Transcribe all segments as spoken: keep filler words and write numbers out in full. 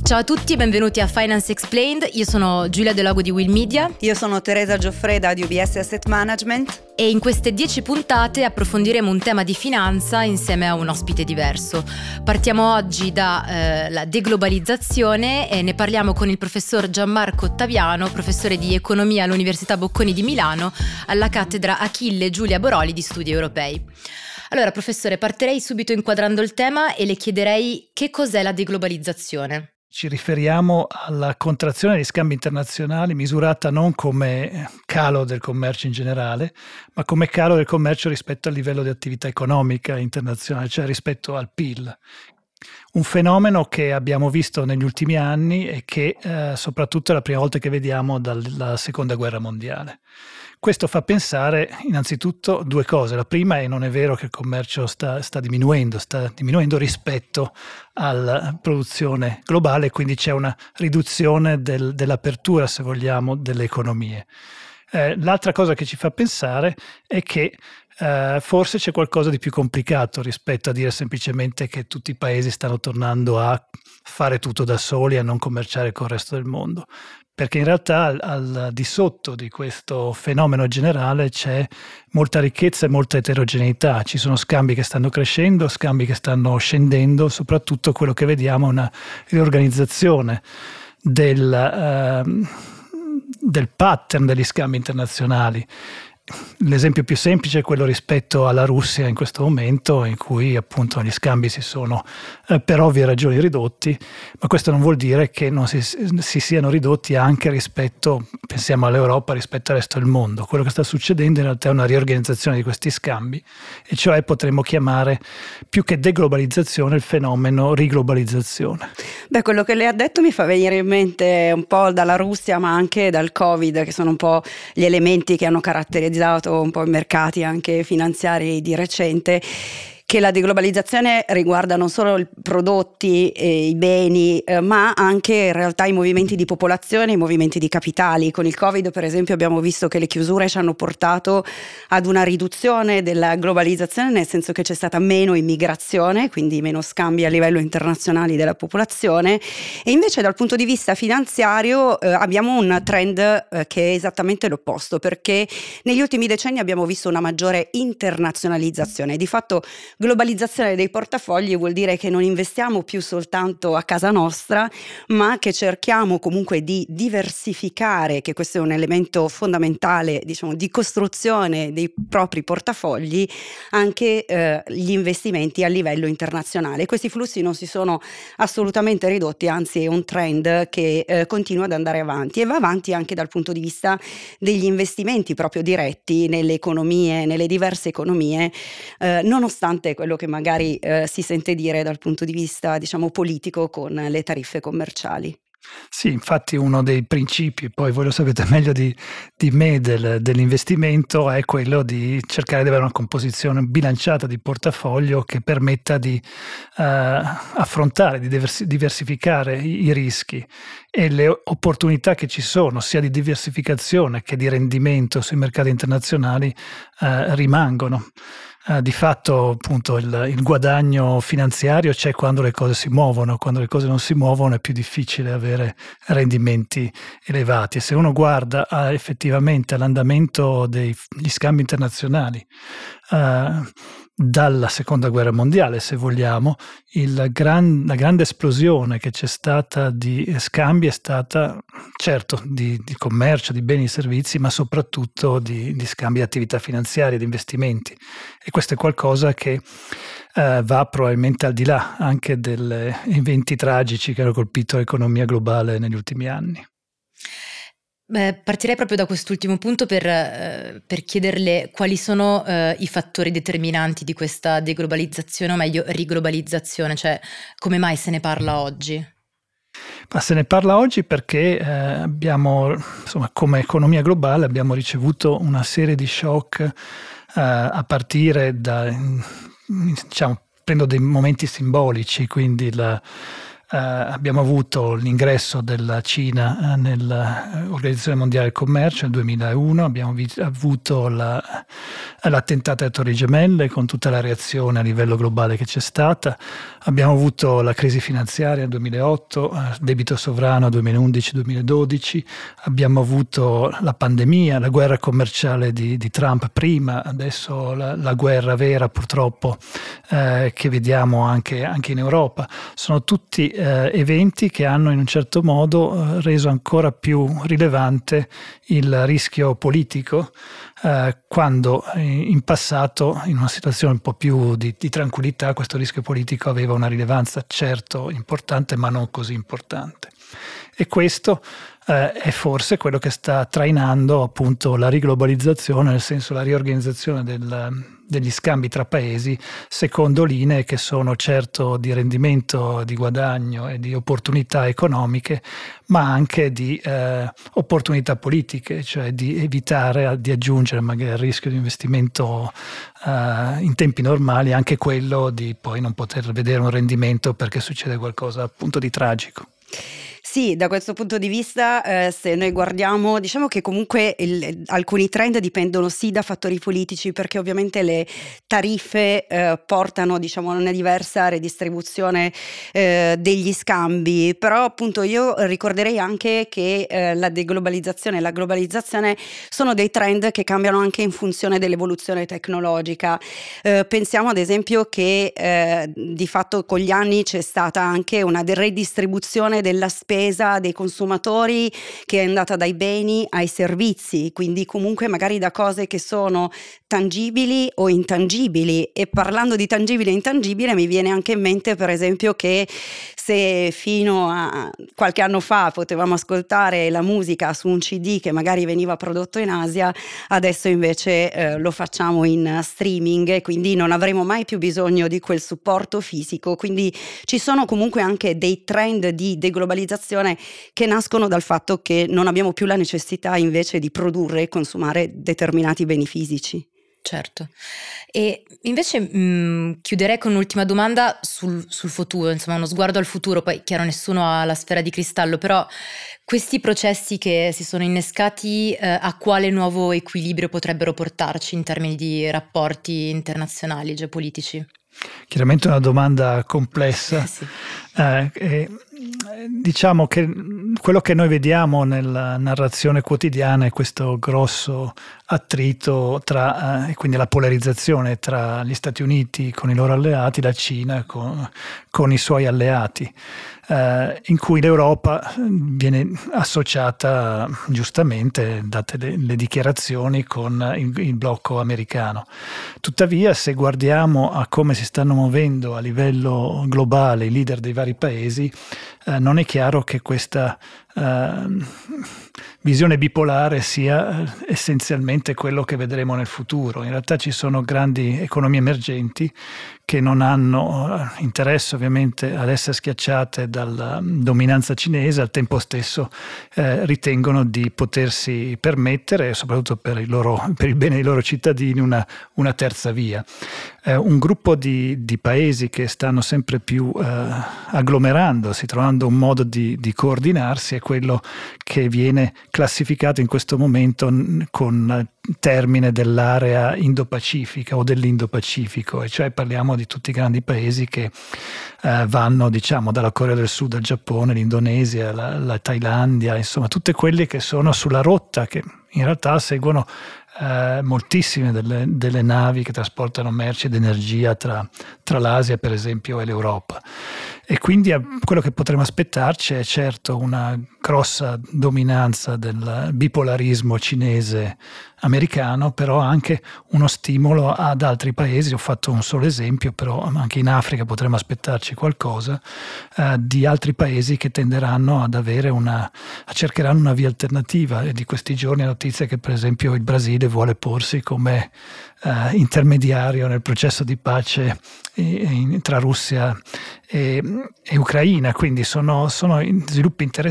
Ciao a tutti e benvenuti a Finance Explained. Io sono Giulia Delago di Will Media. Io sono Teresa Gioffreda di U B S Asset Management. E in queste dieci puntate approfondiremo un tema di finanza insieme a un ospite diverso. Partiamo oggi dalla eh, deglobalizzazione e ne parliamo con il professor Gianmarco Ottaviano, professore di economia all'Università Bocconi di Milano, alla cattedra Achille Giulia Boroli di Studi Europei. Allora, professore, partirei subito inquadrando il tema e le chiederei che cos'è la deglobalizzazione. Ci riferiamo alla contrazione degli scambi internazionali misurata non come calo del commercio in generale, ma come calo del commercio rispetto al livello di attività economica internazionale, cioè rispetto al P I L. Un fenomeno che abbiamo visto negli ultimi anni e che eh, soprattutto è la prima volta che vediamo dalla Seconda Guerra Mondiale. Questo fa pensare innanzitutto due cose. La prima è: non è vero che il commercio sta, sta diminuendo, sta diminuendo rispetto alla produzione globale, quindi c'è una riduzione del, dell'apertura, se vogliamo, delle economie. Eh, l'altra cosa che ci fa pensare è che eh, forse c'è qualcosa di più complicato rispetto a dire semplicemente che tutti i paesi stanno tornando a fare tutto da soli e a non commerciare con il resto del mondo. Perché in realtà al, al di sotto di questo fenomeno generale c'è molta ricchezza e molta eterogeneità. Ci sono scambi che stanno crescendo, scambi che stanno scendendo, soprattutto quello che vediamo è una riorganizzazione del, eh, del pattern degli scambi internazionali. L'esempio più semplice è quello rispetto alla Russia in questo momento, in cui appunto gli scambi si sono eh, per ovvie ragioni ridotti, ma questo non vuol dire che non si, si siano ridotti anche rispetto, pensiamo all'Europa, rispetto al resto del mondo. Quello che sta succedendo in realtà è una riorganizzazione di questi scambi, e cioè potremmo chiamare più che deglobalizzazione il fenomeno riglobalizzazione. Beh, quello che lei ha detto mi fa venire in mente un po' dalla Russia, ma anche dal Covid, che sono un po' gli elementi che hanno caratterizzato un po' i mercati anche finanziari di recente, che la deglobalizzazione riguarda non solo i prodotti e i beni, eh, ma anche in realtà i movimenti di popolazione, i movimenti di capitali. Con il Covid, per esempio, abbiamo visto che le chiusure ci hanno portato ad una riduzione della globalizzazione, nel senso che c'è stata meno immigrazione, quindi meno scambi a livello internazionale della popolazione, e invece dal punto di vista finanziario eh, abbiamo un trend eh, che è esattamente l'opposto, perché negli ultimi decenni abbiamo visto una maggiore internazionalizzazione. Di fatto globalizzazione dei portafogli vuol dire che non investiamo più soltanto a casa nostra, ma che cerchiamo comunque di diversificare, che questo è un elemento fondamentale, diciamo, di costruzione dei propri portafogli, anche eh, gli investimenti a livello internazionale. Questi flussi non si sono assolutamente ridotti, anzi è un trend che eh, continua ad andare avanti, e va avanti anche dal punto di vista degli investimenti proprio diretti nelle economie, nelle diverse economie, eh, nonostante quello che magari eh, si sente dire dal punto di vista, diciamo, politico con le tariffe commerciali. Sì, infatti uno dei principi, poi voi lo sapete meglio di, di me, del, dell'investimento è quello di cercare di avere una composizione bilanciata di portafoglio che permetta di uh, affrontare, di diversi, diversificare i, i rischi e le opportunità che ci sono, sia di diversificazione che di rendimento sui mercati internazionali, uh, rimangono. Uh, di fatto appunto il, il guadagno finanziario c'è quando le cose si muovono, quando le cose non si muovono è più difficile avere rendimenti elevati. E se uno guarda uh, effettivamente all'andamento degli scambi internazionali uh, dalla Seconda Guerra Mondiale, se vogliamo, il gran, la grande esplosione che c'è stata di scambi è stata certo di, di commercio, di beni e servizi, ma soprattutto di, di scambi di attività finanziarie, di investimenti. E questo è qualcosa che eh, va probabilmente al di là anche degli eventi tragici che hanno colpito l'economia globale negli ultimi anni. Beh, partirei proprio da quest'ultimo punto per, eh, per chiederle quali sono eh, i fattori determinanti di questa deglobalizzazione, o meglio riglobalizzazione, cioè come mai se ne parla oggi? Ma se ne parla oggi perché eh, abbiamo, insomma, come economia globale abbiamo ricevuto una serie di shock eh, a partire da, diciamo, prendo dei momenti simbolici, quindi la eh, abbiamo avuto l'ingresso della Cina eh, nell'Organizzazione Mondiale del Commercio nel duemilauno, abbiamo vi- avuto la, l'attentato alle Torri Gemelle con tutta la reazione a livello globale che c'è stata, abbiamo avuto la crisi finanziaria nel duemilaotto, eh, debito sovrano duemilaundici duemiladodici, abbiamo avuto la pandemia, la guerra commerciale di, di Trump prima, adesso la, la guerra vera purtroppo eh, che vediamo anche, anche in Europa. Sono tutti eh, eventi che hanno in un certo modo eh, reso ancora più rilevante il rischio politico eh, quando in passato, in una situazione un po' più di, di tranquillità, questo rischio politico aveva una rilevanza certo importante ma non così importante. E questo eh, è forse quello che sta trainando appunto la riglobalizzazione, nel senso la riorganizzazione del, degli scambi tra paesi secondo linee che sono certo di rendimento, di guadagno e di opportunità economiche, ma anche di eh, opportunità politiche, cioè di evitare di aggiungere magari al rischio di investimento eh, in tempi normali anche quello di poi non poter vedere un rendimento perché succede qualcosa appunto di tragico. Sì, da questo punto di vista, eh, se noi guardiamo, diciamo che comunque il, alcuni trend dipendono sì da fattori politici, perché ovviamente le tariffe eh, portano, diciamo, a una diversa redistribuzione eh, degli scambi, però appunto io ricorderei anche che eh, la deglobalizzazione e la globalizzazione sono dei trend che cambiano anche in funzione dell'evoluzione tecnologica. Eh, pensiamo ad esempio che eh, di fatto con gli anni c'è stata anche una redistribuzione della spesa dei consumatori che è andata dai beni ai servizi, quindi comunque magari da cose che sono tangibili o intangibili. E parlando di tangibile e intangibile mi viene anche in mente per esempio che se fino a qualche anno fa potevamo ascoltare la musica su un C D che magari veniva prodotto in Asia, adesso invece eh, lo facciamo in streaming e quindi non avremo mai più bisogno di quel supporto fisico. Quindi ci sono comunque anche dei trend di deglobalizzazione che nascono dal fatto che non abbiamo più la necessità invece di produrre e consumare determinati beni fisici. Certo. E invece mh, chiuderei con un'ultima domanda sul, sul futuro, insomma uno sguardo al futuro, poi chiaro nessuno ha la sfera di cristallo, però questi processi che si sono innescati eh, a quale nuovo equilibrio potrebbero portarci in termini di rapporti internazionali, geopolitici? Chiaramente è una domanda complessa. Sì. Eh, eh, diciamo che quello che noi vediamo nella narrazione quotidiana è questo grosso attrito tra, eh, quindi la polarizzazione tra gli Stati Uniti con i loro alleati, la Cina con, con i suoi alleati, eh, in cui l'Europa viene associata giustamente, date le, le dichiarazioni, con il, il blocco americano. Tuttavia, se guardiamo a come si stanno muovendo a livello globale i leader dei vari paesi, eh, non è chiaro che questa eh, visione bipolare sia eh, essenzialmente quello che vedremo nel futuro. In realtà ci sono grandi economie emergenti che non hanno interesse ovviamente ad essere schiacciate dalla dominanza cinese, al tempo stesso eh, ritengono di potersi permettere, soprattutto per il, loro, per il bene dei loro cittadini, una, una terza via. Eh, un gruppo di, di paesi che stanno sempre più eh, agglomerandosi, trovando un modo di, di coordinarsi, è quello che viene classificato in questo momento con termine dell'area Indo-Pacifica o dell'Indo-Pacifico, e cioè parliamo di tutti i grandi paesi che eh, vanno, diciamo, dalla Corea del Sud al Giappone, l'Indonesia, la, la Thailandia, insomma tutte quelle che sono sulla rotta, che in realtà seguono eh, moltissime delle, delle navi che trasportano merci ed energia tra, tra l'Asia per esempio e l'Europa. E quindi quello che potremmo aspettarci è certo una grossa dominanza del bipolarismo cinese americano, però anche uno stimolo ad altri paesi. Ho fatto un solo esempio, però anche in Africa potremmo aspettarci qualcosa eh, di altri paesi che tenderanno ad avere una, a cercheranno una via alternativa. E di questi giorni è notizia che per esempio il Brasile vuole porsi come eh, intermediario nel processo di pace in, tra Russia e, e Ucraina, quindi sono, sono sviluppi interessanti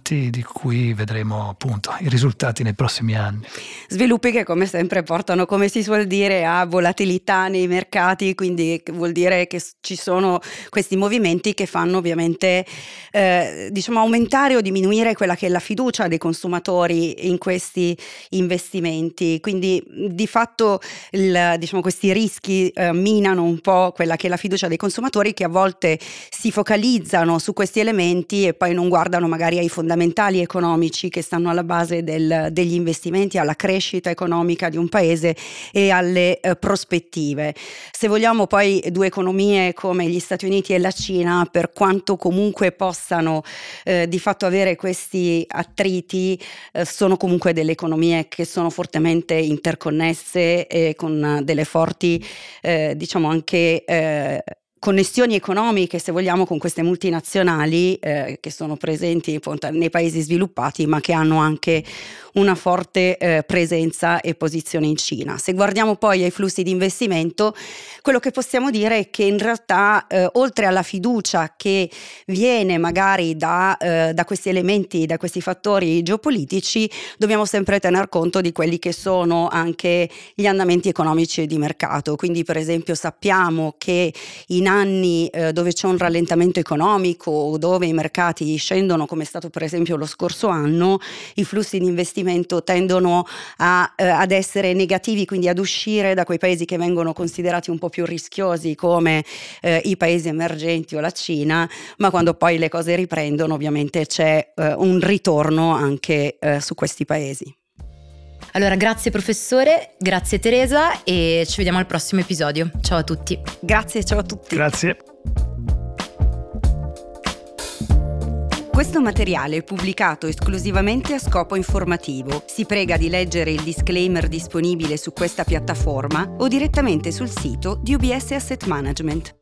sviluppi di cui vedremo appunto i risultati nei prossimi anni. Sviluppi che come sempre portano, come si suol dire, a volatilità nei mercati, quindi vuol dire che ci sono questi movimenti che fanno ovviamente eh, diciamo aumentare o diminuire quella che è la fiducia dei consumatori in questi investimenti, quindi di fatto il, diciamo, questi rischi eh, minano un po' quella che è la fiducia dei consumatori, che a volte si focalizzano su questi elementi e poi non guardano magari ai fondamentali economici che stanno alla base del, degli investimenti, alla crescita economica di un paese e alle eh, prospettive. Se vogliamo poi due economie come gli Stati Uniti e la Cina, per quanto comunque possano eh, di fatto avere questi attriti, eh, sono comunque delle economie che sono fortemente interconnesse e con delle forti eh, diciamo anche eh, connessioni economiche, se vogliamo, con queste multinazionali eh, che sono presenti appunto nei paesi sviluppati, ma che hanno anche una forte eh, presenza e posizione in Cina. Se guardiamo poi ai flussi di investimento, quello che possiamo dire è che in realtà eh, oltre alla fiducia che viene magari da, eh, da questi elementi, da questi fattori geopolitici, dobbiamo sempre tener conto di quelli che sono anche gli andamenti economici di mercato. Quindi per esempio sappiamo che in anni eh, dove c'è un rallentamento economico o dove i mercati scendono, come è stato per esempio lo scorso anno, i flussi di investimento tendono a, eh, ad essere negativi, quindi ad uscire da quei paesi che vengono considerati un po' più rischiosi come eh, i paesi emergenti o la Cina, ma quando poi le cose riprendono ovviamente c'è eh, un ritorno anche eh, su questi paesi. Allora, grazie professore, grazie Teresa e ci vediamo al prossimo episodio. Ciao a tutti. Grazie, ciao a tutti. Grazie. Questo materiale è pubblicato esclusivamente a scopo informativo. Si prega di leggere il disclaimer disponibile su questa piattaforma o direttamente sul sito di U B S Asset Management.